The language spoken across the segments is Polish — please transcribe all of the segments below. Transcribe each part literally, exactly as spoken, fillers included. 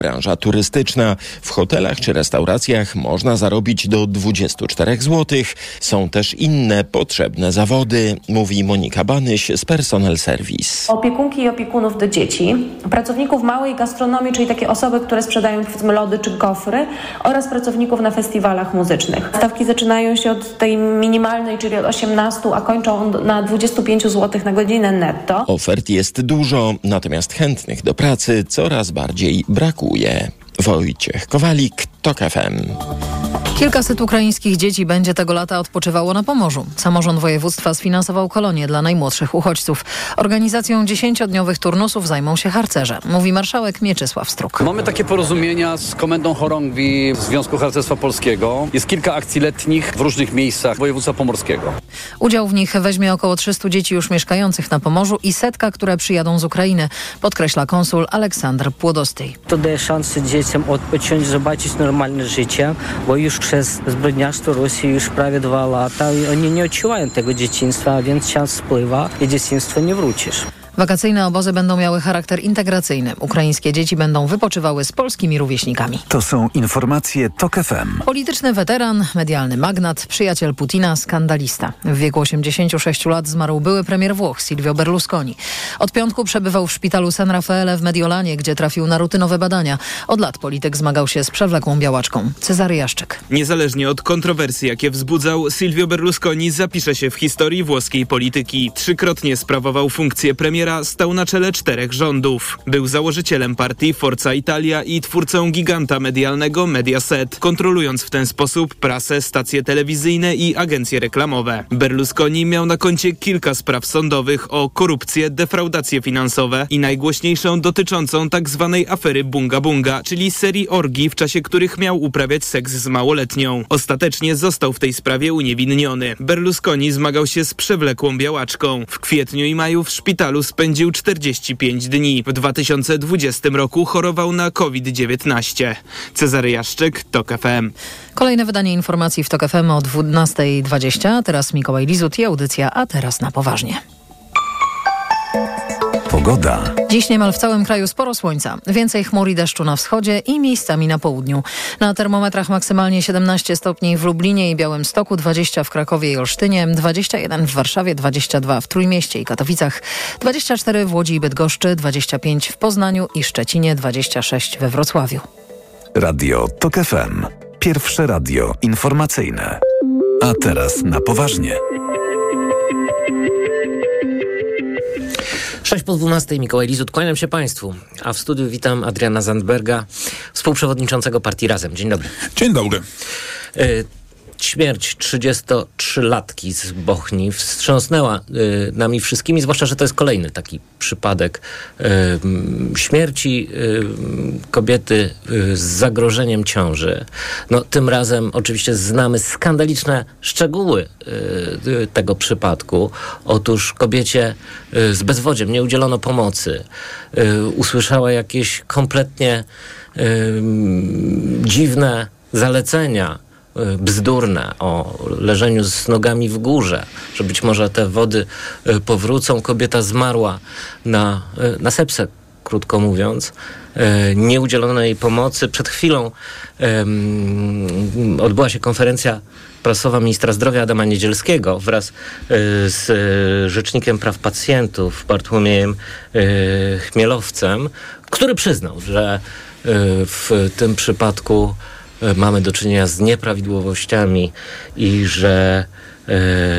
Branża turystyczna. W hotelach czy restauracjach można zarobić do dwadzieścia cztery złotych. Są też inne potrzebne zawody, mówi Monika Banyś z Personal Service. Opiekunki i opiekunów do dzieci, pracowników małej gastronomii, czyli takie osoby, które sprzedają powiedzmy lody czy gofry, oraz pracowników na festiwalach muzycznych. Stawki zaczynają się od tej minimalnej, czyli od osiemnastu, a kończą na dwudziestu pięciu złotych na godzinę netto. Ofert jest dużo, natomiast chętnych do pracy coraz bardziej brakuje. Wojciech Kowalik, TOK F M. Kilkaset ukraińskich dzieci będzie tego lata odpoczywało na Pomorzu. Samorząd województwa sfinansował kolonię dla najmłodszych uchodźców. Organizacją dziesięciodniowych turnusów zajmą się harcerze, mówi marszałek Mieczysław Struk. Mamy takie porozumienia z Komendą Chorągwi Związku Harcerstwa Polskiego. Jest kilka akcji letnich w różnych miejscach województwa pomorskiego. Udział w nich weźmie około trzystu dzieci już mieszkających na Pomorzu i setka, które przyjadą z Ukrainy, podkreśla konsul Aleksander Płodostej. To daje szansę dzieciom odpocząć, zobaczyć normalne życie, bo już przez zbrodniarstwo Rosji już prawie dwa lata i oni nie odczuwają tego dzieciństwa, więc czas spływa i dzieciństwo nie wrócisz. Wakacyjne obozy będą miały charakter integracyjny. Ukraińskie dzieci będą wypoczywały z polskimi rówieśnikami. To są informacje TOK F M. Polityczny weteran, medialny magnat, przyjaciel Putina, skandalista. W wieku osiemdziesięciu sześciu lat zmarł były premier Włoch Silvio Berlusconi. Od piątku przebywał w szpitalu San Raffaele w Mediolanie, gdzie trafił na rutynowe badania. Od lat polityk zmagał się z przewlekłą białaczką. Cezary Jaszczyk. Niezależnie od kontrowersji, jakie wzbudzał, Silvio Berlusconi zapisze się w historii włoskiej polityki. Trzykrotnie sprawował funkcję premiera, stał na czele czterech rządów. Był założycielem partii Forza Italia i twórcą giganta medialnego Mediaset, kontrolując w ten sposób prasę, stacje telewizyjne i agencje reklamowe. Berlusconi miał na koncie kilka spraw sądowych o korupcję, defraudacje finansowe i najgłośniejszą dotyczącą tzw. afery Bunga Bunga, czyli serii orgii, w czasie których miał uprawiać seks z małoletnią. Ostatecznie został w tej sprawie uniewinniony. Berlusconi zmagał się z przewlekłą białaczką. W kwietniu i maju w szpitalu spędził czterdzieści pięć dni. W dwa tysiące dwudziestym roku chorował na COVID dziewiętnaście. Cezary Jaszczyk, TOK F M. Kolejne wydanie informacji w TOK F M o dwunasta dwadzieścia. Teraz Mikołaj Lizut i audycja A teraz na poważnie. Pogoda. Dziś niemal w całym kraju sporo słońca. Więcej chmur i deszczu na wschodzie i miejscami na południu. Na termometrach maksymalnie siedemnaście stopni w Lublinie i Białymstoku, dwadzieścia w Krakowie i Olsztynie, dwadzieścia jeden w Warszawie, dwadzieścia dwa w Trójmieście i Katowicach, dwadzieścia cztery w Łodzi i Bydgoszczy, dwadzieścia pięć w Poznaniu i Szczecinie, dwadzieścia sześć we Wrocławiu. Radio TOK F M. Pierwsze radio informacyjne. A teraz na poważnie. sześć po dwunastej, Mikołaj Lizut, kłaniam się Państwu, a w studiu witam Adriana Zandberga, współprzewodniczącego partii Razem. Dzień dobry. Dzień dobry. Y- Śmierć trzydziestotrzylatki z Bochni wstrząsnęła y, nami wszystkimi, zwłaszcza, że to jest kolejny taki przypadek y, śmierci y, kobiety y, z zagrożeniem ciąży. No, tym razem oczywiście znamy skandaliczne szczegóły y, y, tego przypadku. Otóż kobiecie y, z bezwodziem nie udzielono pomocy. Y, usłyszała jakieś kompletnie y, dziwne zalecenia, bzdurne o leżeniu z nogami w górze, że być może te wody powrócą. Kobieta zmarła na, na sepsę, krótko mówiąc. Nie udzielono jej pomocy. Przed chwilą um, odbyła się konferencja prasowa ministra zdrowia Adama Niedzielskiego wraz y, z y, rzecznikiem praw pacjentów Bartłomiejem y, Chmielowcem, który przyznał, że y, w tym przypadku mamy do czynienia z nieprawidłowościami i że e,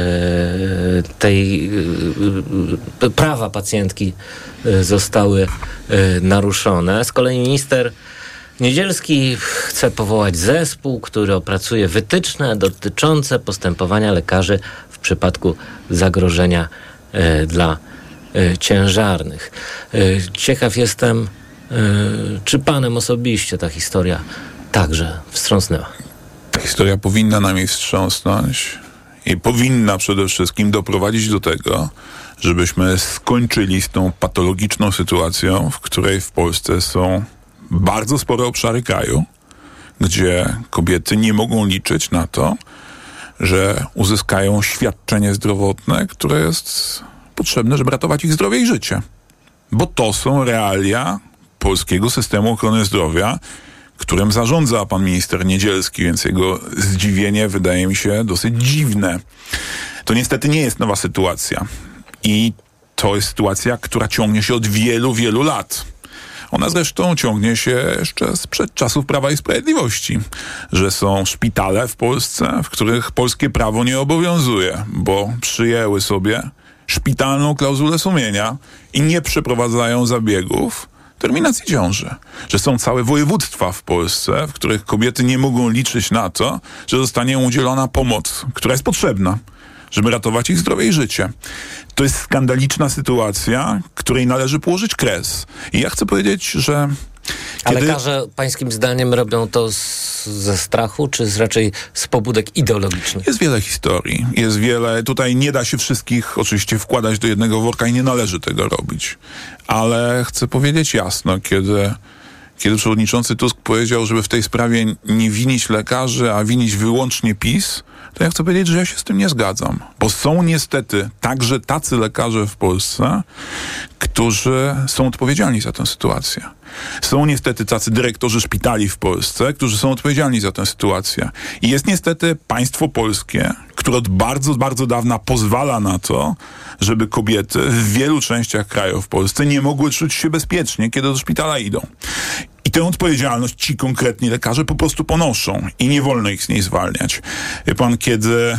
tej e, prawa pacjentki e, zostały e, naruszone. Z kolei minister Niedzielski chce powołać zespół, który opracuje wytyczne dotyczące postępowania lekarzy w przypadku zagrożenia e, dla e, ciężarnych. E, ciekaw jestem, e, czy panem osobiście ta historia także wstrząsnęła. Ta historia powinna nami wstrząsnąć i powinna przede wszystkim doprowadzić do tego, żebyśmy skończyli z tą patologiczną sytuacją, w której w Polsce są bardzo spore obszary kraju, gdzie kobiety nie mogą liczyć na to, że uzyskają świadczenie zdrowotne, które jest potrzebne, żeby ratować ich zdrowie i życie. Bo to są realia polskiego systemu ochrony zdrowia, którym zarządza pan minister Niedzielski, więc jego zdziwienie wydaje mi się dosyć dziwne. To niestety nie jest nowa sytuacja. I to jest sytuacja, która ciągnie się od wielu, wielu lat. Ona zresztą ciągnie się jeszcze sprzed czasów Prawa i Sprawiedliwości, że są szpitale w Polsce, w których polskie prawo nie obowiązuje, bo przyjęły sobie szpitalną klauzulę sumienia i nie przeprowadzają zabiegów terminacji ciąży. Że są całe województwa w Polsce, w których kobiety nie mogą liczyć na to, że zostanie im udzielona pomoc, która jest potrzebna, żeby ratować ich zdrowie i życie. To jest skandaliczna sytuacja, której należy położyć kres. I ja chcę powiedzieć, że A kiedy... lekarze pańskim zdaniem robią to z, ze strachu, czy z raczej z pobudek ideologicznych? Jest wiele historii. Jest wiele... Tutaj nie da się wszystkich oczywiście wkładać do jednego worka i nie należy tego robić. Ale chcę powiedzieć jasno, kiedy... Kiedy przewodniczący Tusk powiedział, żeby w tej sprawie nie winić lekarzy, a winić wyłącznie PiS, to ja chcę powiedzieć, że ja się z tym nie zgadzam. Bo są niestety także tacy lekarze w Polsce, którzy są odpowiedzialni za tę sytuację. Są niestety tacy dyrektorzy szpitali w Polsce, którzy są odpowiedzialni za tę sytuację. I jest niestety państwo polskie, które od bardzo, bardzo dawna pozwala na to, żeby kobiety w wielu częściach kraju w Polsce nie mogły czuć się bezpiecznie, kiedy do szpitala idą. I tę odpowiedzialność ci konkretni lekarze po prostu ponoszą i nie wolno ich z niej zwalniać. Wie pan, kiedy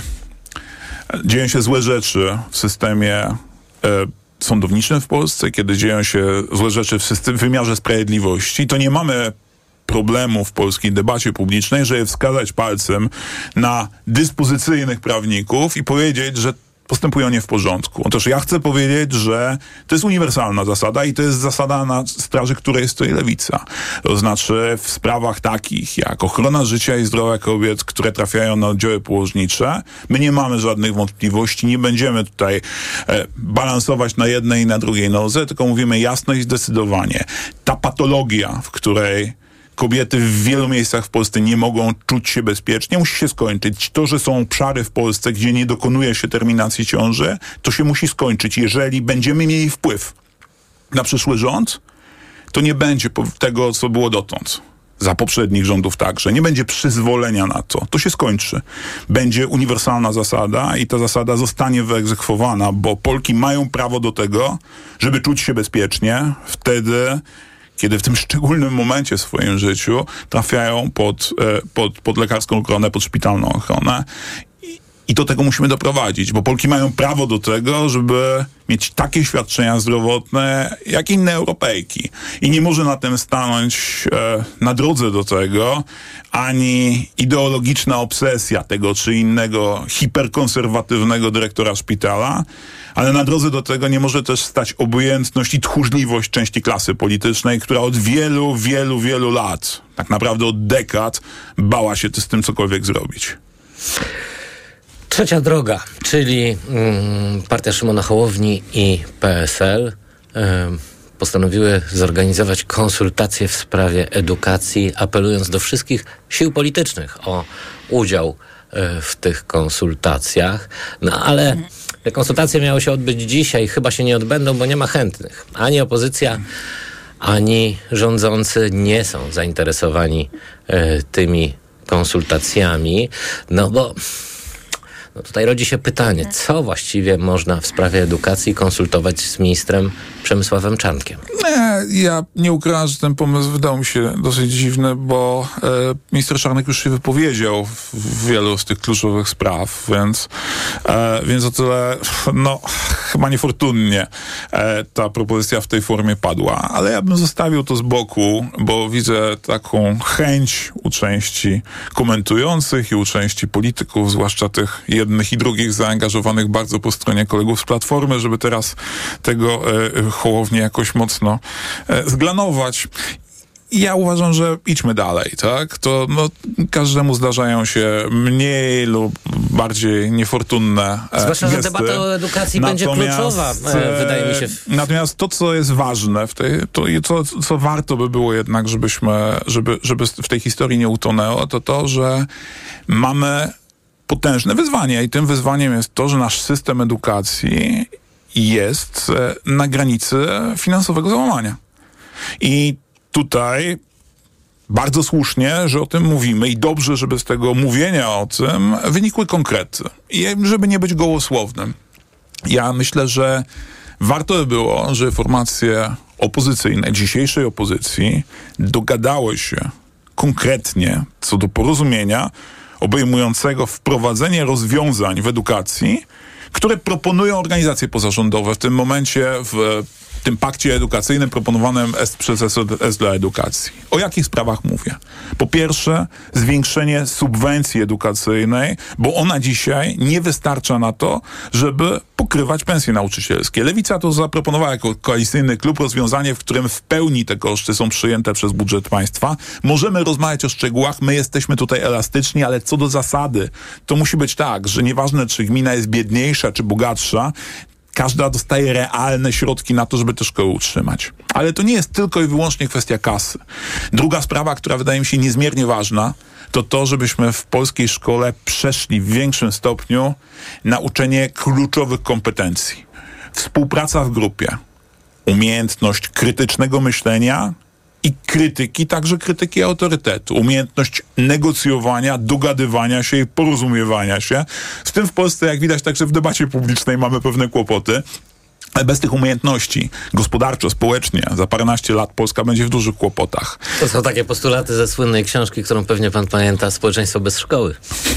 dzieją się złe rzeczy w systemie e, sądowniczym w Polsce, kiedy dzieją się złe rzeczy w, system, w wymiarze sprawiedliwości, to nie mamy problemu w polskiej debacie publicznej, żeby wskazać palcem na dyspozycyjnych prawników i powiedzieć, że postępują nie w porządku. Otóż ja chcę powiedzieć, że to jest uniwersalna zasada i to jest zasada, na straży której stoi lewica. To znaczy w sprawach takich jak ochrona życia i zdrowia kobiet, które trafiają na oddziały położnicze, my nie mamy żadnych wątpliwości, nie będziemy tutaj e, balansować na jednej i na drugiej nodze, tylko mówimy jasno i zdecydowanie. Ta patologia, w której kobiety w wielu miejscach w Polsce nie mogą czuć się bezpiecznie, musi się skończyć. To, że są obszary w Polsce, gdzie nie dokonuje się terminacji ciąży, to się musi skończyć. Jeżeli będziemy mieli wpływ na przyszły rząd, to nie będzie tego, co było dotąd. Za poprzednich rządów także. Nie będzie przyzwolenia na to. To się skończy. Będzie uniwersalna zasada i ta zasada zostanie wyegzekwowana, bo Polki mają prawo do tego, żeby czuć się bezpiecznie. Wtedy kiedy w tym szczególnym momencie w swoim życiu trafiają pod, pod, pod lekarską ochronę, pod szpitalną ochronę. I, I do tego musimy doprowadzić, bo Polki mają prawo do tego, żeby mieć takie świadczenia zdrowotne, jak inne Europejki. I nie może na tym stanąć e, na drodze do tego ani ideologiczna obsesja tego czy innego hiperkonserwatywnego dyrektora szpitala, ale na drodze do tego nie może też stać obojętność i tchórzliwość części klasy politycznej, która od wielu, wielu, wielu lat, tak naprawdę od dekad, bała się z tym cokolwiek zrobić. Trzecia droga, czyli mm, partia Szymona Hołowni i P S L y, postanowiły zorganizować konsultacje w sprawie edukacji, apelując do wszystkich sił politycznych o udział y, w tych konsultacjach. No ale te konsultacje miały się odbyć dzisiaj, chyba się nie odbędą, bo nie ma chętnych. Ani opozycja, ani rządzący nie są zainteresowani y, tymi konsultacjami, no bo no tutaj rodzi się pytanie, co właściwie można w sprawie edukacji konsultować z ministrem Przemysławem Czarnkiem? Nie, ja nie ukrywam, że ten pomysł wydał mi się dosyć dziwny, bo e, minister Czarnek już się wypowiedział w, w wielu z tych kluczowych spraw, więc, e, więc o tyle, no, chyba niefortunnie e, ta propozycja w tej formie padła, ale ja bym zostawił to z boku, bo widzę taką chęć u części komentujących i u części polityków, zwłaszcza tych jednych i drugich zaangażowanych bardzo po stronie kolegów z Platformy, żeby teraz tego e, Hołownię jakoś mocno e, zglanować. Ja uważam, że idźmy dalej, tak? To no, każdemu zdarzają się mniej lub bardziej niefortunne e, Zwłaszcza, gesty. że debata o edukacji natomiast, będzie kluczowa, e, wydaje mi się. Natomiast to, co jest ważne w tej, to co, co warto by było jednak, żebyśmy, żeby, żeby w tej historii nie utonęło, to to, że mamy potężne wyzwanie i tym wyzwaniem jest to, że nasz system edukacji jest na granicy finansowego załamania. I tutaj bardzo słusznie, że o tym mówimy i dobrze, żeby z tego mówienia o tym wynikły konkrety. I żeby nie być gołosłownym. Ja myślę, że warto by było, że formacje opozycyjne, dzisiejszej opozycji dogadały się konkretnie co do porozumienia obejmującego wprowadzenie rozwiązań w edukacji, które proponują organizacje pozarządowe w tym momencie w tym pakcie edukacyjnym proponowanym przez S O S dla edukacji. O jakich sprawach mówię? Po pierwsze, zwiększenie subwencji edukacyjnej, bo ona dzisiaj nie wystarcza na to, żeby pokrywać pensje nauczycielskie. Lewica to zaproponowała jako koalicyjny klub rozwiązanie, w którym w pełni te koszty są przyjęte przez budżet państwa. Możemy rozmawiać o szczegółach, my jesteśmy tutaj elastyczni, ale co do zasady, to musi być tak, że nieważne, czy gmina jest biedniejsza, czy bogatsza, każda dostaje realne środki na to, żeby te szkoły utrzymać. Ale to nie jest tylko i wyłącznie kwestia kasy. Druga sprawa, która wydaje mi się niezmiernie ważna, to to, żebyśmy w polskiej szkole przeszli w większym stopniu na uczenie kluczowych kompetencji. Współpraca w grupie, umiejętność krytycznego myślenia i krytyki, także krytyki autorytetu. Umiejętność negocjowania, dogadywania się i porozumiewania się. Z tym w Polsce, jak widać, także w debacie publicznej mamy pewne kłopoty. Ale bez tych umiejętności gospodarczo, społecznie, za paręnaście lat Polska będzie w dużych kłopotach. To są takie postulaty ze słynnej książki, którą pewnie pan pamięta, Społeczeństwo bez szkoły.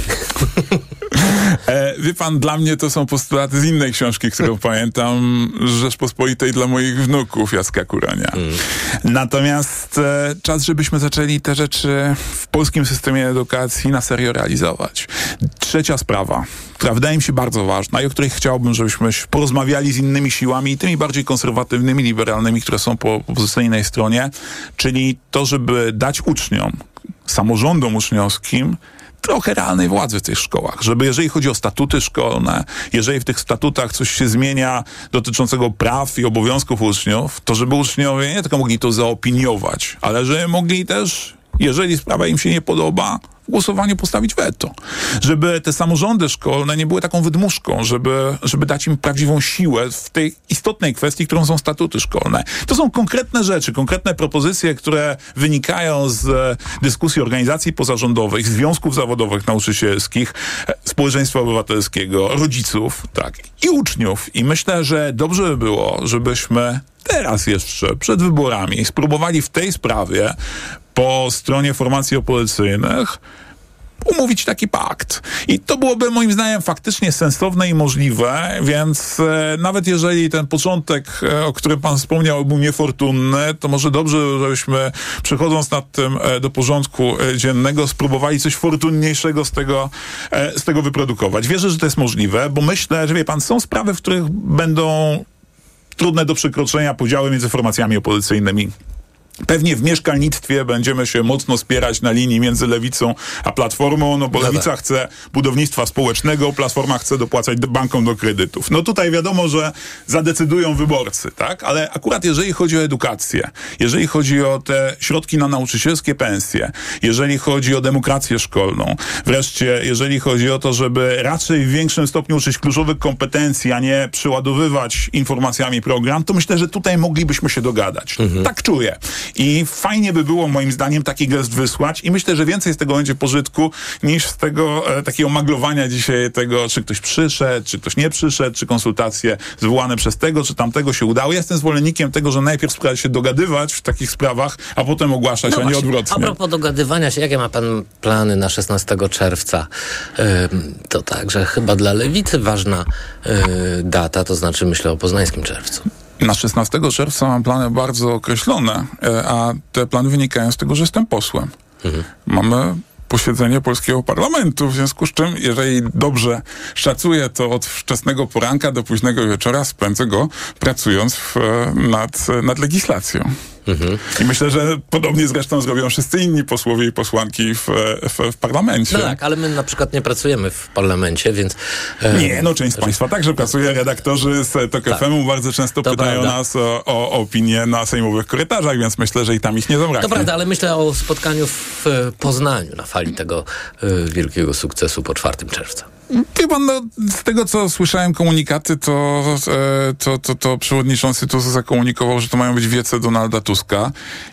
E, wie pan, dla mnie to są postulaty z innej książki, którą pamiętam, Rzeczpospolitej dla moich wnuków, Jacka Kurania. Mm. Natomiast e, czas, żebyśmy zaczęli te rzeczy w polskim systemie edukacji na serio realizować. Trzecia sprawa, która wydaje mi się bardzo ważna i o której chciałbym, żebyśmy porozmawiali z innymi siłami i tymi bardziej konserwatywnymi, liberalnymi, które są po opozycyjnej stronie, czyli to, żeby dać uczniom, samorządom uczniowskim trochę realnej władzy w tych szkołach, żeby jeżeli chodzi o statuty szkolne, jeżeli w tych statutach coś się zmienia dotyczącego praw i obowiązków uczniów, to żeby uczniowie nie tylko mogli to zaopiniować, ale żeby mogli też, jeżeli sprawa im się nie podoba, w głosowaniu postawić weto. Żeby te samorządy szkolne nie były taką wydmuszką, żeby, żeby dać im prawdziwą siłę w tej istotnej kwestii, którą są statuty szkolne. To są konkretne rzeczy, konkretne propozycje, które wynikają z dyskusji organizacji pozarządowych, związków zawodowych nauczycielskich, społeczeństwa obywatelskiego, rodziców, tak, i uczniów. I myślę, że dobrze by było, żebyśmy teraz jeszcze, przed wyborami, spróbowali w tej sprawie po stronie formacji opozycyjnych umówić taki pakt. I to byłoby moim zdaniem faktycznie sensowne i możliwe, więc e, nawet jeżeli ten początek, e, o którym pan wspomniał, był niefortunny, to może dobrze, żebyśmy przechodząc nad tym e, do porządku e, dziennego, spróbowali coś fortunniejszego z tego, e, z tego wyprodukować. Wierzę, że to jest możliwe, bo myślę, że wie pan, są sprawy, w których będą trudne do przekroczenia podziały między formacjami opozycyjnymi. Pewnie w mieszkalnictwie będziemy się mocno spierać na linii między Lewicą a Platformą, no bo no Lewica tak. chce budownictwa społecznego, Platforma chce dopłacać bankom do kredytów. No tutaj wiadomo, że zadecydują wyborcy, tak? Ale akurat jeżeli chodzi o edukację, jeżeli chodzi o te środki na nauczycielskie pensje, jeżeli chodzi o demokrację szkolną, wreszcie jeżeli chodzi o to, żeby raczej w większym stopniu uczyć kluczowych kompetencji, a nie przeładowywać informacjami program, to myślę, że tutaj moglibyśmy się dogadać. Mhm. Tak czuję. I fajnie by było moim zdaniem taki gest wysłać i myślę, że więcej z tego będzie pożytku niż z tego e, takiego maglowania dzisiaj tego, czy ktoś przyszedł, czy ktoś nie przyszedł, czy konsultacje zwołane przez tego, czy tamtego się udały. Ja jestem zwolennikiem tego, że najpierw spróbować się dogadywać w takich sprawach, a potem ogłaszać, no a nie odwrotnie. A propos dogadywania się, jakie ma pan plany na szesnastego czerwca? Yy, to także chyba dla Lewicy ważna yy, data, to znaczy myślę o poznańskim czerwcu. Na szesnastego czerwca mam plany bardzo określone, a te plany wynikają z tego, że jestem posłem. Mhm. Mamy posiedzenie polskiego parlamentu, w związku z czym, jeżeli dobrze szacuję, to od wczesnego poranka do późnego wieczora spędzę go pracując w, nad, nad legislacją. Mhm. I myślę, że podobnie zresztą zrobią wszyscy inni posłowie i posłanki w, w, w parlamencie. No tak, ale my na przykład nie pracujemy w parlamencie, więc... E, nie, no część z państwa także pracuje. Redaktorzy z Tok F M-u tak. bardzo często to pytają prawda. nas o, o opinię na sejmowych korytarzach, więc myślę, że i tam ich nie zabraknie. To prawda, ale myślę o spotkaniu w Poznaniu na fali tego y, wielkiego sukcesu po czwartego czerwca. Wie pan, no, z tego co słyszałem komunikaty, to, e, to, to, to przewodniczący Tusk zakomunikował, że to mają być wiece Donalda Tuska.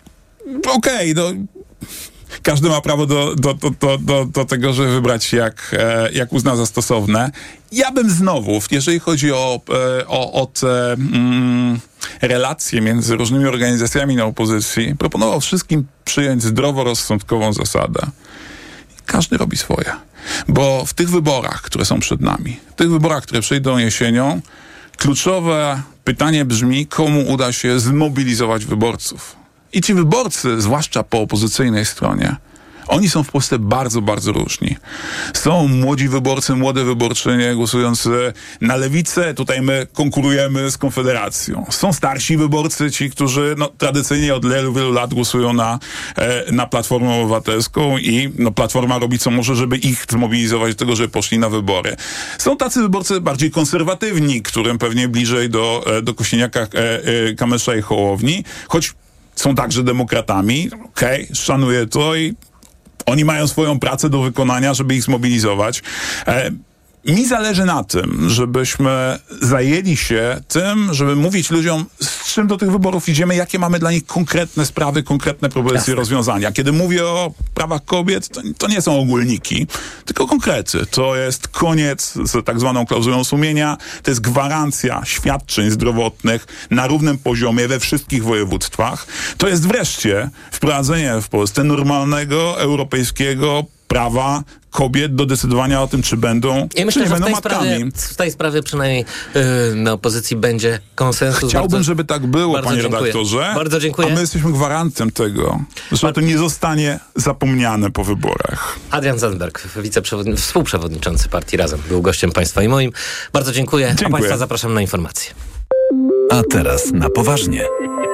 okej, okay, no... Każdy ma prawo do, do, do, do, do, do tego, żeby wybrać się jak, jak uzna za stosowne. Ja bym znowu, jeżeli chodzi o, o, o te mm, relacje między różnymi organizacjami na opozycji, proponował wszystkim przyjąć zdroworozsądkową zasadę. Każdy robi swoje. Bo w tych wyborach, które są przed nami, w tych wyborach, które przyjdą jesienią, kluczowe pytanie brzmi, komu uda się zmobilizować wyborców. I ci wyborcy, zwłaszcza po opozycyjnej stronie, oni są w Polsce bardzo, bardzo różni. Są młodzi wyborcy, młode wyborczynie głosujący na lewicę. Tutaj my konkurujemy z Konfederacją. Są starsi wyborcy, ci, którzy no, tradycyjnie od wielu, wielu lat głosują na, e, na Platformę Obywatelską i no, Platforma robi co może, żeby ich zmobilizować do tego, żeby poszli na wybory. Są tacy wyborcy bardziej konserwatywni, którym pewnie bliżej do, do Kosiniaka, e, e, Kamysza i Hołowni, choć są także demokratami. Okej, okay, szanuję to i oni mają swoją pracę do wykonania, żeby ich zmobilizować. E, mi zależy na tym, żebyśmy zajęli się tym, żeby mówić ludziom, z czym do tych wyborów idziemy, jakie mamy dla nich konkretne sprawy, konkretne propozycje Jasne. rozwiązania. Kiedy mówię o prawach kobiet, to, to nie są ogólniki, tylko konkrety. To jest koniec z tak zwaną klauzulą sumienia, to jest gwarancja świadczeń zdrowotnych na równym poziomie we wszystkich województwach. To jest wreszcie wprowadzenie w Polsce normalnego, europejskiego prawa kobiet do decydowania o tym, czy będą, ja myślę, czy nie że będą w tej matkami. Sprawie, w tej sprawie przynajmniej yy, na opozycji będzie konsensus. Chciałbym, bardzo, żeby tak było, panie dziękuję. redaktorze. Bardzo dziękuję. A my jesteśmy gwarantem tego, że Bar- to nie zostanie zapomniane po wyborach. Adrian Zandberg, wiceprzewodni- współprzewodniczący partii Razem, był gościem państwa i moim. Bardzo dziękuję, dziękuję. A państwa zapraszam na informacje. A teraz na poważnie.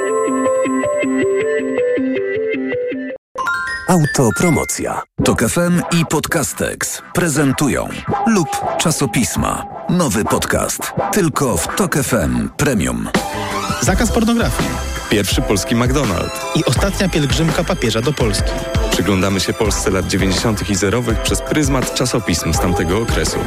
Autopromocja. Tok F M i Podcastex prezentują lub czasopisma. Nowy podcast. Tylko w Tok F M Premium. Zakaz pornografii. Pierwszy polski McDonald's. I ostatnia pielgrzymka papieża do Polski. Przyglądamy się Polsce lat dziewięćdziesiątych i zerowych przez pryzmat czasopism z tamtego okresu.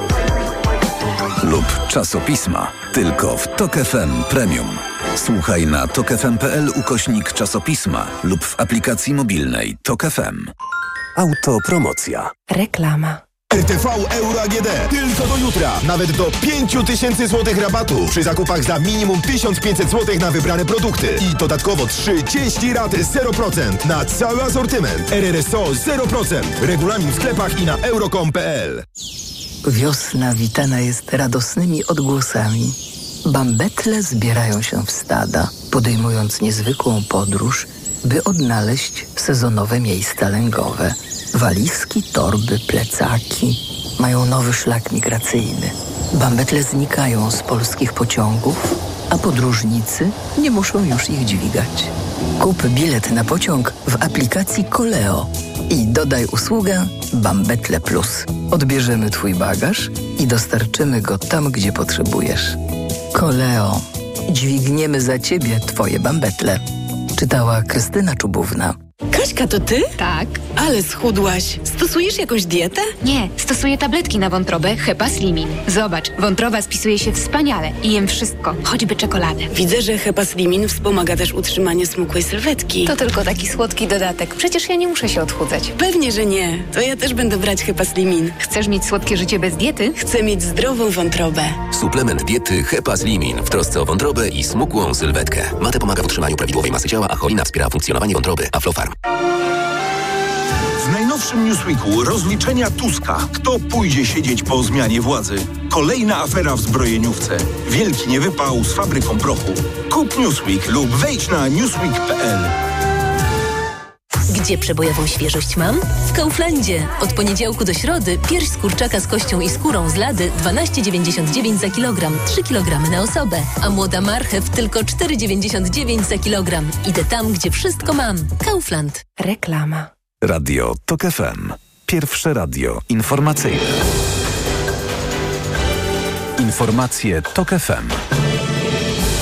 Lub czasopisma. Tylko w Tok F M Premium. Słuchaj na tokfm.pl ukośnik czasopisma lub w aplikacji mobilnej Tok F M. Autopromocja. Reklama. R T V Euro A G D. Tylko do jutra. Nawet do pięć tysięcy złotych rabatu przy zakupach za minimum tysiąc pięćset złotych na wybrane produkty. I dodatkowo trzydzieści raty zero procent na cały asortyment. R R S O zero procent. Regulamin w sklepach i na euro kropka com kropka p l. Wiosna witana jest radosnymi odgłosami. Bambetle zbierają się w stada, podejmując niezwykłą podróż, by odnaleźć sezonowe miejsca lęgowe. Walizki, torby, plecaki mają nowy szlak migracyjny. Bambetle znikają z polskich pociągów, a podróżnicy nie muszą już ich dźwigać. Kup bilet na pociąg w aplikacji Koleo i dodaj usługę Bambetle Plus. Odbierzemy twój bagaż i dostarczymy go tam, gdzie potrzebujesz. Koleo. Dźwigniemy za ciebie twoje bambetle. Czytała Krystyna Czubówna. Kaśka, to ty? Tak. Ale schudłaś. Stosujesz jakąś dietę? Nie, stosuję tabletki na wątrobę Hepaslimin. Zobacz, wątroba spisuje się wspaniale i jem wszystko, choćby czekoladę. Widzę, że Hepaslimin wspomaga też utrzymanie smukłej sylwetki. To tylko taki słodki dodatek. Przecież ja nie muszę się odchudzać. Pewnie, że nie. To ja też będę brać Hepaslimin. Chcesz mieć słodkie życie bez diety? Chcę mieć zdrową wątrobę. Suplement diety Hepaslimin w trosce o wątrobę i smukłą sylwetkę. Mate pomaga w utrzymaniu prawidłowej masy ciała, a cholina wspiera funkcjonowanie wątroby. Aflofarm. W najnowszym Newsweeku rozliczenia Tuska. Kto pójdzie siedzieć po zmianie władzy? Kolejna afera w zbrojeniówce. Wielki niewypał z fabryką prochu. Kup Newsweek lub wejdź na newsweek kropka p l. Gdzie przebojową świeżość mam? W Kauflandzie. Od poniedziałku do środy pierś z kurczaka z kością i skórą z lady dwanaście dziewięćdziesiąt dziewięć za kilogram, trzy kilogramy na osobę. A młoda marchew tylko cztery dziewięćdziesiąt dziewięć za kilogram. Idę tam, gdzie wszystko mam. Kaufland. Reklama. Radio Tok F M. Pierwsze radio informacyjne. Informacje Tok F M.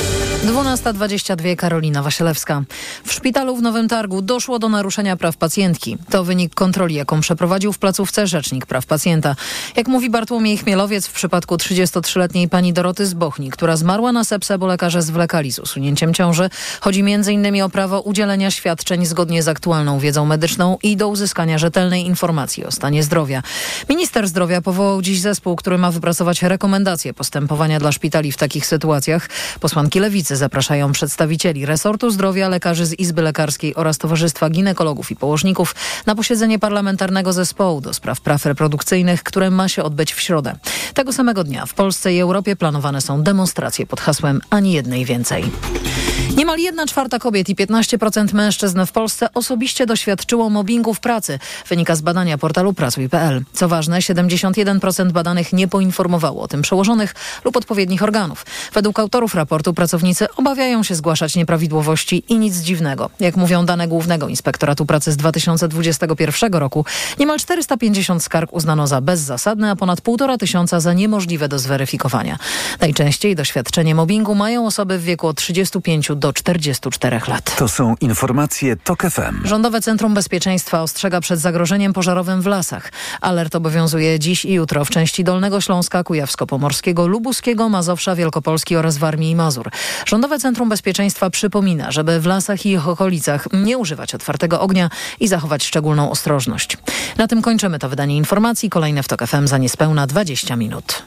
dwunasta dwadzieścia dwa, Karolina Wasielewska. W szpitalu w Nowym Targu doszło do naruszenia praw pacjentki. To wynik kontroli, jaką przeprowadził w placówce Rzecznik Praw Pacjenta. Jak mówi Bartłomiej Chmielowiec, w przypadku trzydziestotrzyletniej pani Doroty z Bochni, która zmarła na sepsę, bo lekarze zwlekali z usunięciem ciąży, chodzi między innymi o prawo udzielenia świadczeń zgodnie z aktualną wiedzą medyczną i do uzyskania rzetelnej informacji o stanie zdrowia. Minister zdrowia powołał dziś zespół, który ma wypracować rekomendacje postępowania dla szpitali w takich sytuacjach. Posłanki Lewicy zapraszają przedstawicieli resortu zdrowia, lekarzy z Izby Lekarskiej oraz Towarzystwa Ginekologów i Położników na posiedzenie parlamentarnego zespołu do spraw praw reprodukcyjnych, które ma się odbyć w środę. Tego samego dnia w Polsce i Europie planowane są demonstracje pod hasłem ani jednej więcej. Niemal jedna czwarta kobiet i piętnaście procent mężczyzn w Polsce osobiście doświadczyło mobbingu w pracy, wynika z badania portalu pracuj kropka p l. Co ważne, siedemdziesiąt jeden procent badanych nie poinformowało o tym przełożonych lub odpowiednich organów. Według autorów raportu pracownicy obawiają się zgłaszać nieprawidłowości i nic dziwnego. Jak mówią dane Głównego Inspektoratu Pracy z dwa tysiące dwudziestego pierwszego roku, niemal czterysta pięćdziesiąt skarg uznano za bezzasadne, a ponad półtora tysiąca za niemożliwe do zweryfikowania. Najczęściej doświadczenie mobbingu mają osoby w wieku od trzydziestu pięciu do czterdziestu czterech lat. To są informacje TOK F M. Rządowe Centrum Bezpieczeństwa ostrzega przed zagrożeniem pożarowym w lasach. Alert obowiązuje dziś i jutro w części Dolnego Śląska, Kujawsko-Pomorskiego, Lubuskiego, Mazowsza, Wielkopolski oraz Warmii i Mazur. Rządowe Centrum Bezpieczeństwa przypomina, żeby w lasach i ich okolicach nie używać otwartego ognia i zachować szczególną ostrożność. Na tym kończymy to wydanie informacji. Kolejne w TOK F M za niespełna dwadzieścia minut.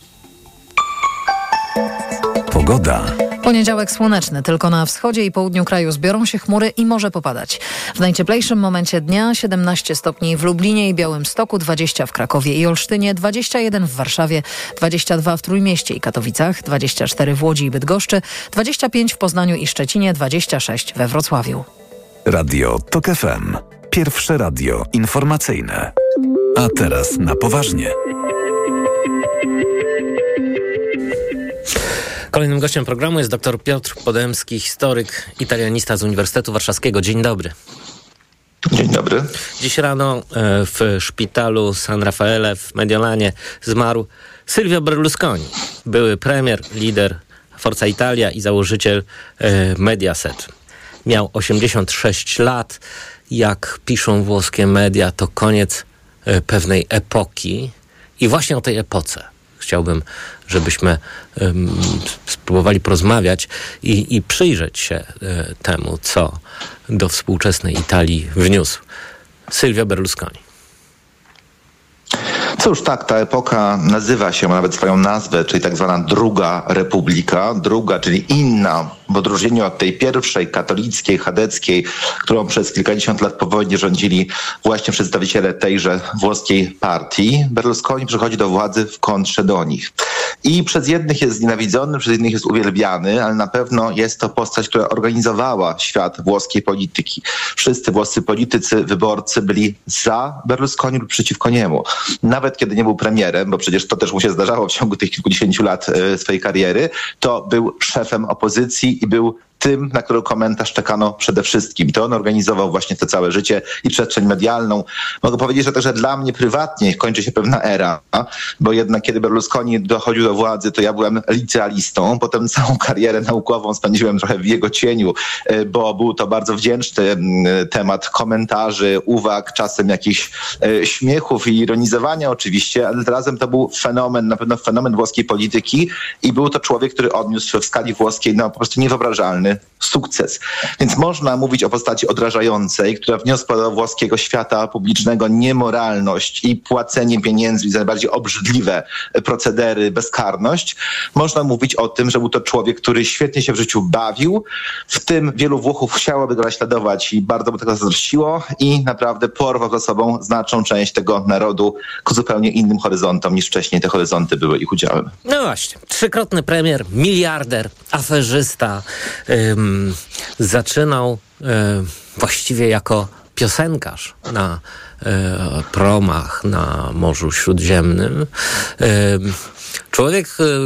Pogoda. Poniedziałek słoneczny, tylko na wschodzie i południu kraju zbiorą się chmury i może popadać. W najcieplejszym momencie dnia siedemnaście stopni w Lublinie i Białymstoku, dwadzieścia w Krakowie i Olsztynie, dwadzieścia jeden w Warszawie, dwadzieścia dwa w Trójmieście i Katowicach, dwadzieścia cztery w Łodzi i Bydgoszczy, dwadzieścia pięć w Poznaniu i Szczecinie, dwadzieścia sześć we Wrocławiu. Radio TOK F M. Pierwsze radio informacyjne. A teraz na poważnie. Kolejnym gościem programu jest dr Piotr Podemski, historyk, italianista z Uniwersytetu Warszawskiego. Dzień dobry. Dzień dobry. Dziś rano w szpitalu San Raffaele w Mediolanie zmarł Silvio Berlusconi, były premier, lider Forza Italia i założyciel Mediaset. Miał osiemdziesiąt sześć lat. Jak piszą włoskie media, to koniec pewnej epoki. I właśnie o tej epoce chciałbym, żebyśmy um, spróbowali porozmawiać i, i przyjrzeć się y, temu, co do współczesnej Italii wniósł Silvio Berlusconi. Cóż, tak, ta epoka nazywa się, ma nawet swoją nazwę, czyli tak zwana Druga Republika. Druga, czyli inna, w odróżnieniu od tej pierwszej, katolickiej, chadeckiej, którą przez kilkadziesiąt lat po wojnie rządzili właśnie przedstawiciele tejże włoskiej partii. Berlusconi przychodzi do władzy w kontrze do nich. I przez jednych jest znienawidzony, przez innych jest uwielbiany, ale na pewno jest to postać, która organizowała świat włoskiej polityki. Wszyscy włoscy politycy, wyborcy byli za Berlusconi lub przeciwko niemu. Nawet kiedy nie był premierem, bo przecież to też mu się zdarzało w ciągu tych kilkudziesięciu lat swojej kariery, to był szefem opozycji i był tym, na którego komentarz czekano przede wszystkim. To on organizował właśnie to całe życie i przestrzeń medialną. Mogę powiedzieć, że także dla mnie prywatnie kończy się pewna era, bo jednak kiedy Berlusconi dochodził do władzy, to ja byłem licealistą. Potem całą karierę naukową spędziłem trochę w jego cieniu, bo był to bardzo wdzięczny temat komentarzy, uwag, czasem jakichś śmiechów i ironizowania oczywiście, ale razem to był fenomen, na pewno fenomen włoskiej polityki i był to człowiek, który odniósł w skali włoskiej no po prostu niewyobrażalny sukces. Więc można mówić o postaci odrażającej, która wniosła do włoskiego świata publicznego niemoralność i płacenie pieniędzy za najbardziej obrzydliwe procedery, bezkarność. Można mówić o tym, że był to człowiek, który świetnie się w życiu bawił. W tym wielu Włochów chciałoby go naśladować i bardzo by tego zazdrościło i naprawdę porwał za sobą znaczną część tego narodu ku zupełnie innym horyzontom niż wcześniej te horyzonty były ich udziałem. No właśnie. Trzykrotny premier, miliarder, aferzysta. Ym, zaczynał y, właściwie jako piosenkarz na y, promach na Morzu Śródziemnym. Y, człowiek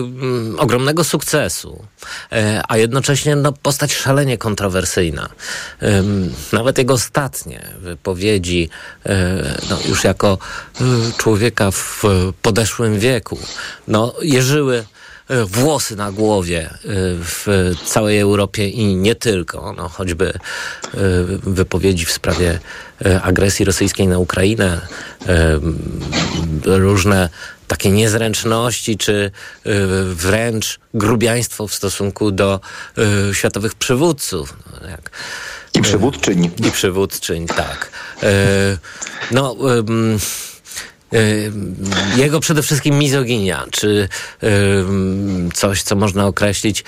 y, ogromnego sukcesu, y, a jednocześnie no, postać szalenie kontrowersyjna. Y, nawet jego ostatnie wypowiedzi, y, no, już jako y, człowieka w podeszłym wieku, no, jeżyły włosy na głowie w całej Europie i nie tylko. No, choćby wypowiedzi w sprawie agresji rosyjskiej na Ukrainę, różne takie niezręczności, czy wręcz grubiaństwo w stosunku do światowych przywódców. No, jak, I przywódczyń. I przywódczyń, tak. No... Jego przede wszystkim mizoginia, czy coś, co można określić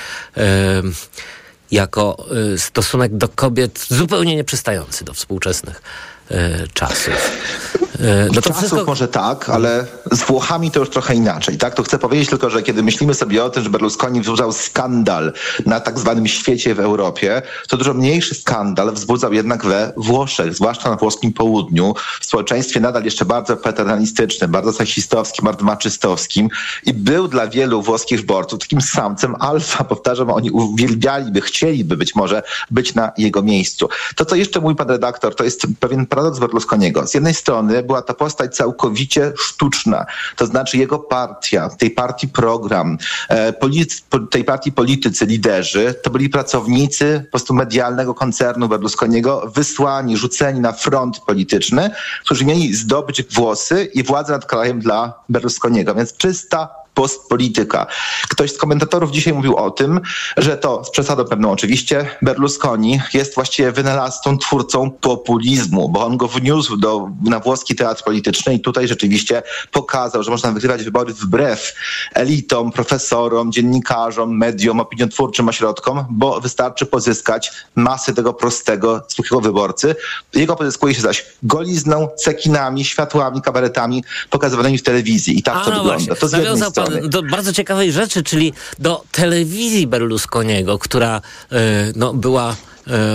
jako stosunek do kobiet zupełnie nieprzystający do współczesnych czasów. No to czasów wszystko... może tak, ale z Włochami to już trochę inaczej, tak? To chcę powiedzieć tylko, że kiedy myślimy sobie o tym, że Berlusconi wzbudzał skandal na tak zwanym świecie w Europie, to dużo mniejszy skandal wzbudzał jednak we Włoszech, zwłaszcza na włoskim południu, w społeczeństwie nadal jeszcze bardzo paternalistycznym, bardzo seksistowskim, bardzo maczystowskim i był dla wielu włoskich wyborców takim samcem alfa. Powtarzam, oni uwielbialiby, chcieliby być może być na jego miejscu. To, co jeszcze mówi pan redaktor, to jest pewien paradoks Berlusconiego. Z jednej strony była to postać całkowicie sztuczna. To znaczy jego partia, tej partii program, tej partii politycy, liderzy, to byli pracownicy po prostu medialnego koncernu Berlusconiego, wysłani, rzuceni na front polityczny, którzy mieli zdobyć głosy i władzę nad krajem dla Berlusconiego. Więc czysta postpolityka. Ktoś z komentatorów dzisiaj mówił o tym, że to z przesadą pewną oczywiście Berlusconi jest właściwie wynalazcą, twórcą populizmu, bo on go wniósł do, na włoski teatr polityczny i tutaj rzeczywiście pokazał, że można wygrywać wybory wbrew elitom, profesorom, dziennikarzom, mediom, opiniotwórczym ośrodkom, bo wystarczy pozyskać masy tego prostego, zwykłego wyborcy. Jego pozyskuje się zaś golizną, cekinami, światłami, kabaretami pokazywanymi w telewizji. I tak A, to no wygląda. Właśnie. To z jednej strony. Do bardzo ciekawej rzeczy, czyli do telewizji Berlusconiego, która e, no, była e,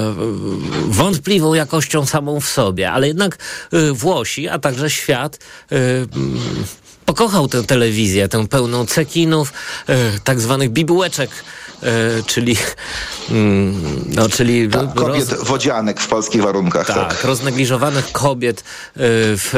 wątpliwą jakością samą w sobie, ale jednak e, Włosi, a także świat e, pokochał tę telewizję, tę pełną cekinów, e, tak zwanych bibułeczek, e, czyli mm, no, czyli tak, kobiet roz... wodzianek w polskich warunkach. Tak, tak. roznegliżowanych kobiet e, w,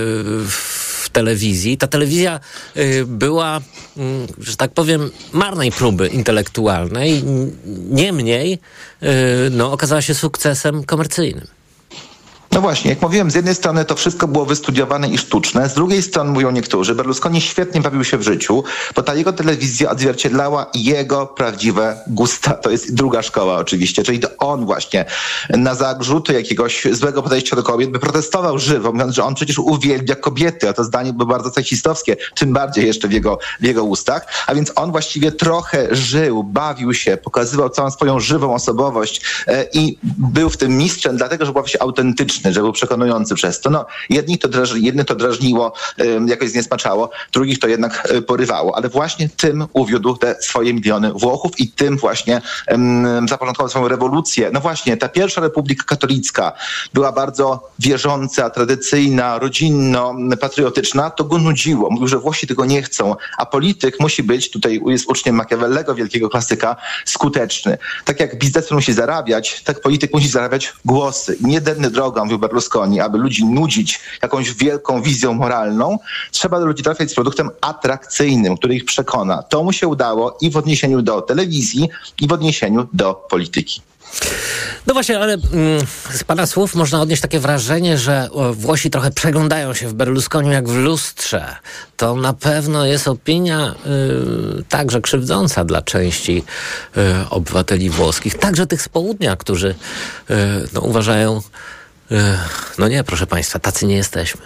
w w telewizji. Ta telewizja y, była, y, że tak powiem, marnej próby intelektualnej. Niemniej y, no, okazała się sukcesem komercyjnym. No właśnie, jak mówiłem, z jednej strony to wszystko było wystudiowane i sztuczne, z drugiej strony mówią niektórzy, Berlusconi świetnie bawił się w życiu, bo ta jego telewizja odzwierciedlała jego prawdziwe gusta. To jest druga szkoła oczywiście, czyli to on właśnie na zarzuty jakiegoś złego podejścia do kobiet by protestował żywo, mówiąc, że on przecież uwielbia kobiety, a to zdanie było bardzo seksistowskie, tym bardziej jeszcze w jego, w jego ustach, a więc on właściwie trochę żył, bawił się, pokazywał całą swoją żywą osobowość e, i był w tym mistrzem, dlatego, że był właśnie autentyczny, że był przekonujący przez to. No, jednych to, drażni, jednych to drażniło, y, jakoś zniesmaczało, drugich to jednak y, porywało, ale właśnie tym uwiódł te swoje miliony Włochów i tym właśnie y, zapoczątkował swoją rewolucję. No właśnie, ta pierwsza republika katolicka była bardzo wierząca, tradycyjna, rodzinno, patriotyczna, to go nudziło. Mówił, że Włosi tego nie chcą, a polityk musi być, tutaj jest uczniem Machiavellego, wielkiego klasyka, skuteczny. Tak jak biznes musi zarabiać, tak polityk musi zarabiać głosy. I niedenny drogą, mówił Berlusconi, aby ludzi nudzić jakąś wielką wizją moralną, trzeba do ludzi trafiać z produktem atrakcyjnym, który ich przekona. To mu się udało i w odniesieniu do telewizji, i w odniesieniu do polityki. No właśnie, ale mm, z pana słów można odnieść takie wrażenie, że o, Włosi trochę przeglądają się w Berlusconiu jak w lustrze. To na pewno jest opinia y, także krzywdząca dla części y, obywateli włoskich, także tych z południa, którzy y, no, uważają, y, no nie, proszę państwa, tacy nie jesteśmy.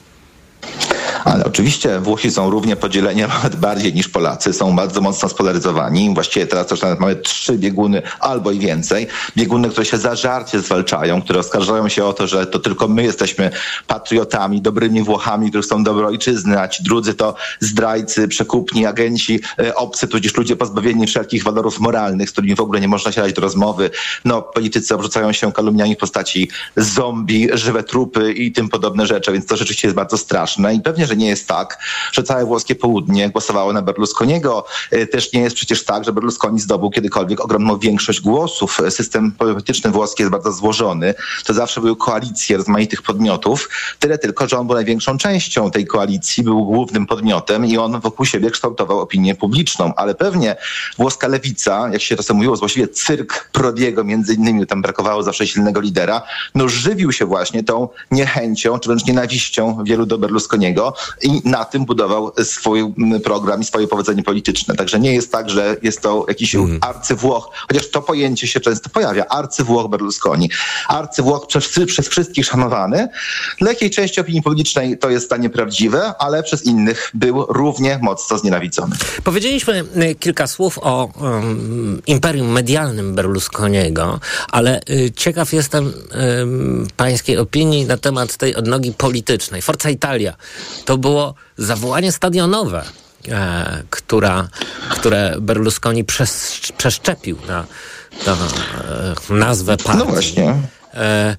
Ale oczywiście Włosi są równie podzieleni, nawet bardziej niż Polacy. Są bardzo mocno spolaryzowani. Właściwie teraz już nawet mamy trzy bieguny albo i więcej. Bieguny, które się zażarcie zwalczają, które oskarżają się o to, że to tylko my jesteśmy patriotami, dobrymi Włochami, którzy chcą dobro ojczyzny, a ci drudzy to zdrajcy, przekupni, agenci, obcy, tudzież ludzie pozbawieni wszelkich walorów moralnych, z którymi w ogóle nie można siadać do rozmowy. No, politycy obrzucają się kalumniami w postaci zombie, żywe trupy i tym podobne rzeczy, więc to rzeczywiście jest bardzo straszne i pewnie, że że nie jest tak, że całe włoskie południe głosowało na Berlusconiego. Też nie jest przecież tak, że Berlusconi zdobył kiedykolwiek ogromną większość głosów. System polityczny włoski jest bardzo złożony. To zawsze były koalicje rozmaitych podmiotów. Tyle tylko, że on był największą częścią tej koalicji, był głównym podmiotem i on wokół siebie kształtował opinię publiczną. Ale pewnie włoska lewica, jak się czasem mówiło, właściwie cyrk Prodiego między innymi, tam brakowało zawsze silnego lidera, no żywił się właśnie tą niechęcią, czy wręcz nienawiścią wielu do Berlusconiego i na tym budował swój program i swoje powodzenie polityczne. Także nie jest tak, że jest to jakiś mm. arcywłoch, chociaż to pojęcie się często pojawia, arcywłoch Berlusconi. Arcywłoch przez, przez wszystkich szanowany. Dla jakiej części opinii publicznej to jest zdanie prawdziwe, ale przez innych był równie mocno znienawidzony. Powiedzieliśmy kilka słów o um, imperium medialnym Berlusconiego, ale y, ciekaw jestem y, pańskiej opinii na temat tej odnogi politycznej. Forza Italia to było zawołanie stadionowe, e, która, które Berlusconi przes, przeszczepił na, na e, nazwę partii. No właśnie. E,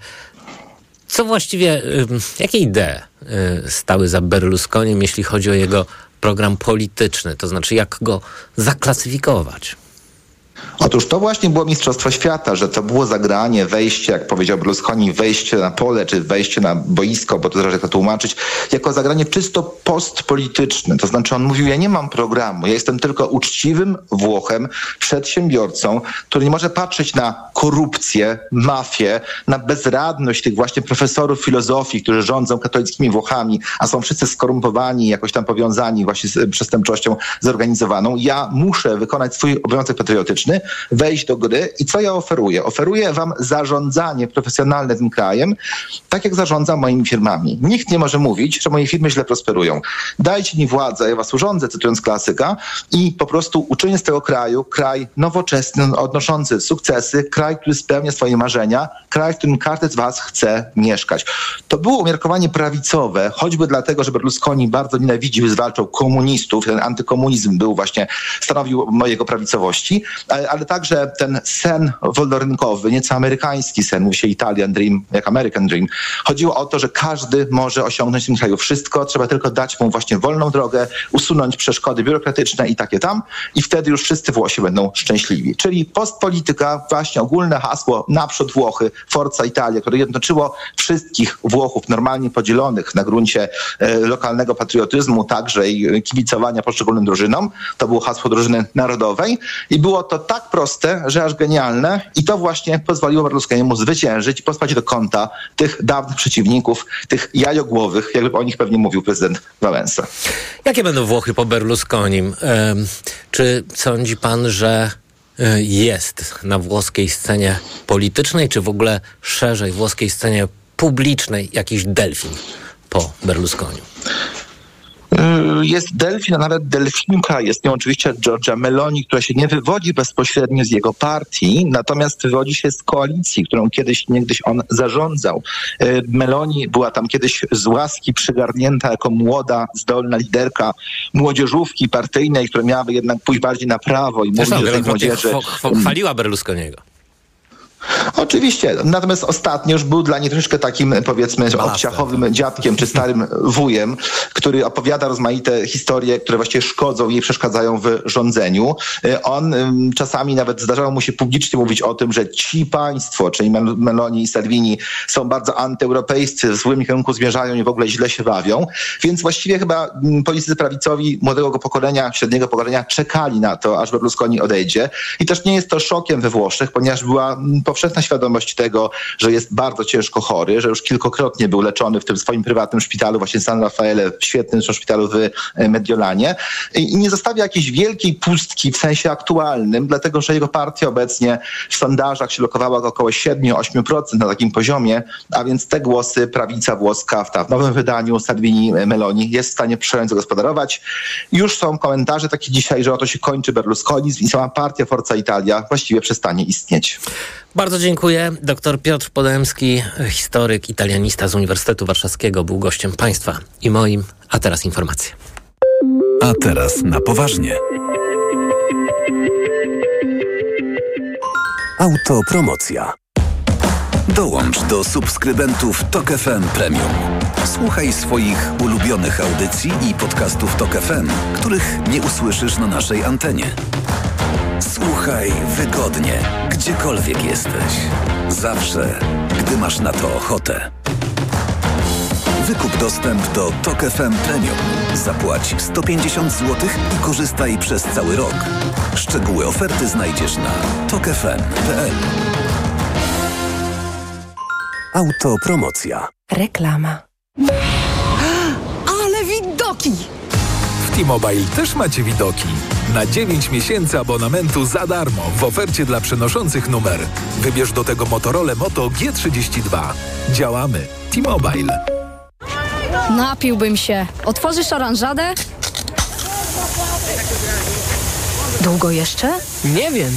co właściwie, y, jakie idee y, stały za Berlusconim, jeśli chodzi o jego program polityczny? To znaczy, jak go zaklasyfikować? Otóż to właśnie było Mistrzostwo Świata, że to było zagranie, wejście, jak powiedział Berlusconi, wejście na pole, czy wejście na boisko, bo to zależy jak to tłumaczyć, jako zagranie czysto postpolityczne. To znaczy on mówił, ja nie mam programu, ja jestem tylko uczciwym Włochem, przedsiębiorcą, który nie może patrzeć na korupcję, mafię, na bezradność tych właśnie profesorów filozofii, którzy rządzą katolickimi Włochami, a są wszyscy skorumpowani, jakoś tam powiązani właśnie z przestępczością zorganizowaną. Ja muszę wykonać swój obowiązek patriotyczny, wejść do gry i co ja oferuję? Oferuję wam zarządzanie profesjonalne tym krajem, tak jak zarządzam moimi firmami. Nikt nie może mówić, że moje firmy źle prosperują. Dajcie mi władzę, ja was urządzę, cytując klasyka, i po prostu uczynię z tego kraju kraj nowoczesny, odnoszący sukcesy, kraj, który spełnia swoje marzenia, kraj, w którym każdy z was chce mieszkać. To było umiarkowanie prawicowe, choćby dlatego, że Berlusconi bardzo nienawidził i zwalczał komunistów. Ten antykomunizm był właśnie, stanowił mojego prawicowości, ale także ten sen wolnorynkowy, nieco amerykański sen, mówi się Italian Dream, jak American Dream. Chodziło o to, że każdy może osiągnąć w tym kraju wszystko, trzeba tylko dać mu właśnie wolną drogę, usunąć przeszkody biurokratyczne i takie tam i wtedy już wszyscy Włosi będą szczęśliwi. Czyli postpolityka, właśnie ogólne hasło naprzód Włochy, Forza Italia, które jednoczyło wszystkich Włochów normalnie podzielonych na gruncie e, lokalnego patriotyzmu, także i kibicowania poszczególnym drużynom. To było hasło drużyny narodowej i było to tak proste, że aż genialne i to właśnie pozwoliło Berlusconiemu zwyciężyć i pospać do kąta tych dawnych przeciwników, tych jajogłowych, jakby o nich pewnie mówił prezydent Wałęsa. Jakie będą Włochy po Berlusconim? Ehm, czy sądzi pan, że jest na włoskiej scenie politycznej, czy w ogóle szerzej włoskiej scenie publicznej jakiś delfin po Berlusconiu? Jest delfin, a nawet delfinka. Jest nią oczywiście Giorgia Meloni, która się nie wywodzi bezpośrednio z jego partii, natomiast wywodzi się z koalicji, którą kiedyś, niegdyś on zarządzał. Meloni była tam kiedyś z łaski przygarnięta jako młoda, zdolna liderka młodzieżówki partyjnej, która miałaby jednak pójść bardziej na prawo i mówić do tej młodzieży. Chwaliła Berlusconiego. Oczywiście, natomiast ostatnio już był dla niej troszeczkę takim, powiedzmy, obciachowym dziadkiem czy starym wujem, który opowiada rozmaite historie, które właściwie szkodzą jej, przeszkadzają w rządzeniu. On czasami nawet zdarzało mu się publicznie mówić o tym, że ci państwo, czyli Meloni i Salvini, są bardzo antyeuropejscy, w złym kierunku zmierzają i w ogóle źle się bawią. Więc właściwie chyba politycy prawicowi młodego pokolenia, średniego pokolenia czekali na to, aż Berlusconi odejdzie. I też nie jest to szokiem we Włoszech, ponieważ była powszechna świadomość tego, że jest bardzo ciężko chory, że już kilkokrotnie był leczony w tym swoim prywatnym szpitalu, właśnie San Raffaele, w świetnym szpitalu w Mediolanie. I nie zostawia jakiejś wielkiej pustki w sensie aktualnym, dlatego że jego partia obecnie w sondażach się lokowała około siedem do ośmiu procent na takim poziomie, a więc te głosy prawica włoska w, ta, w nowym wydaniu Salvini Meloni jest w stanie przejąć, zagospodarować. Już są komentarze takie dzisiaj, że oto się kończy berlusconizm i sama partia Forza Italia właściwie przestanie istnieć. Bardzo dziękuję. Doktor Piotr Podemski, historyk, italianista z Uniwersytetu Warszawskiego, był gościem państwa i moim. A teraz informacje. A teraz na poważnie. Autopromocja. Dołącz do subskrybentów Tok F M Premium. Słuchaj swoich ulubionych audycji i podcastów Tok F M, których nie usłyszysz na naszej antenie. Słuchaj wygodnie, gdziekolwiek jesteś. Zawsze, gdy masz na to ochotę. Wykup dostęp do Tok F M Premium. Zapłać sto pięćdziesiąt złotych i korzystaj przez cały rok. Szczegóły oferty znajdziesz na tok f m kropka p l. Autopromocja. Reklama. Ale widoki! W T-Mobile też macie widoki. Na dziewięć miesięcy abonamentu za darmo w ofercie dla przenoszących numer. Wybierz do tego Motorola Moto G trzydzieści dwa. Działamy. T-Mobile. Napiłbym się. Otworzysz oranżadę? Długo jeszcze? Nie wiem.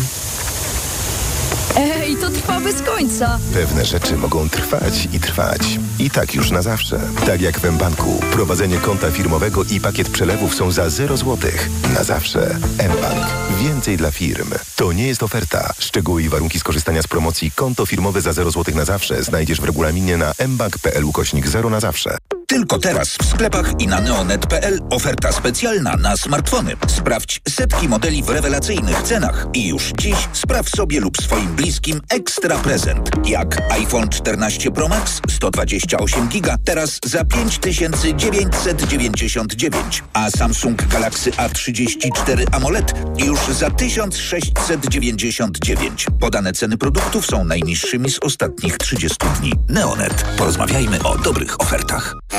Ej, to trwa bez końca. Pewne rzeczy mogą trwać i trwać. I tak już na zawsze. Tak jak w mBanku. Prowadzenie konta firmowego i pakiet przelewów są za zero złotych. Na zawsze. mBank. Więcej dla firm. To nie jest oferta. Szczegóły i warunki skorzystania z promocji konto firmowe za zero złotych na zawsze znajdziesz w regulaminie na mbank kropka p l ukośnik zero na zawsze. Tylko teraz w sklepach i na neonet kropka p l oferta specjalna na smartfony. Sprawdź setki modeli w rewelacyjnych cenach i już dziś spraw sobie lub swoim bliskim ekstra prezent. Jak iPhone czternaście Pro Max sto dwadzieścia osiem giga teraz za pięć tysięcy dziewięćset dziewięćdziesiąt dziewięć, a Samsung Galaxy A trzydzieści cztery AMOLED już za tysiąc sześćset dziewięćdziesiąt dziewięć. Podane ceny produktów są najniższymi z ostatnich trzydziestu dni. Neonet. Porozmawiajmy o dobrych ofertach.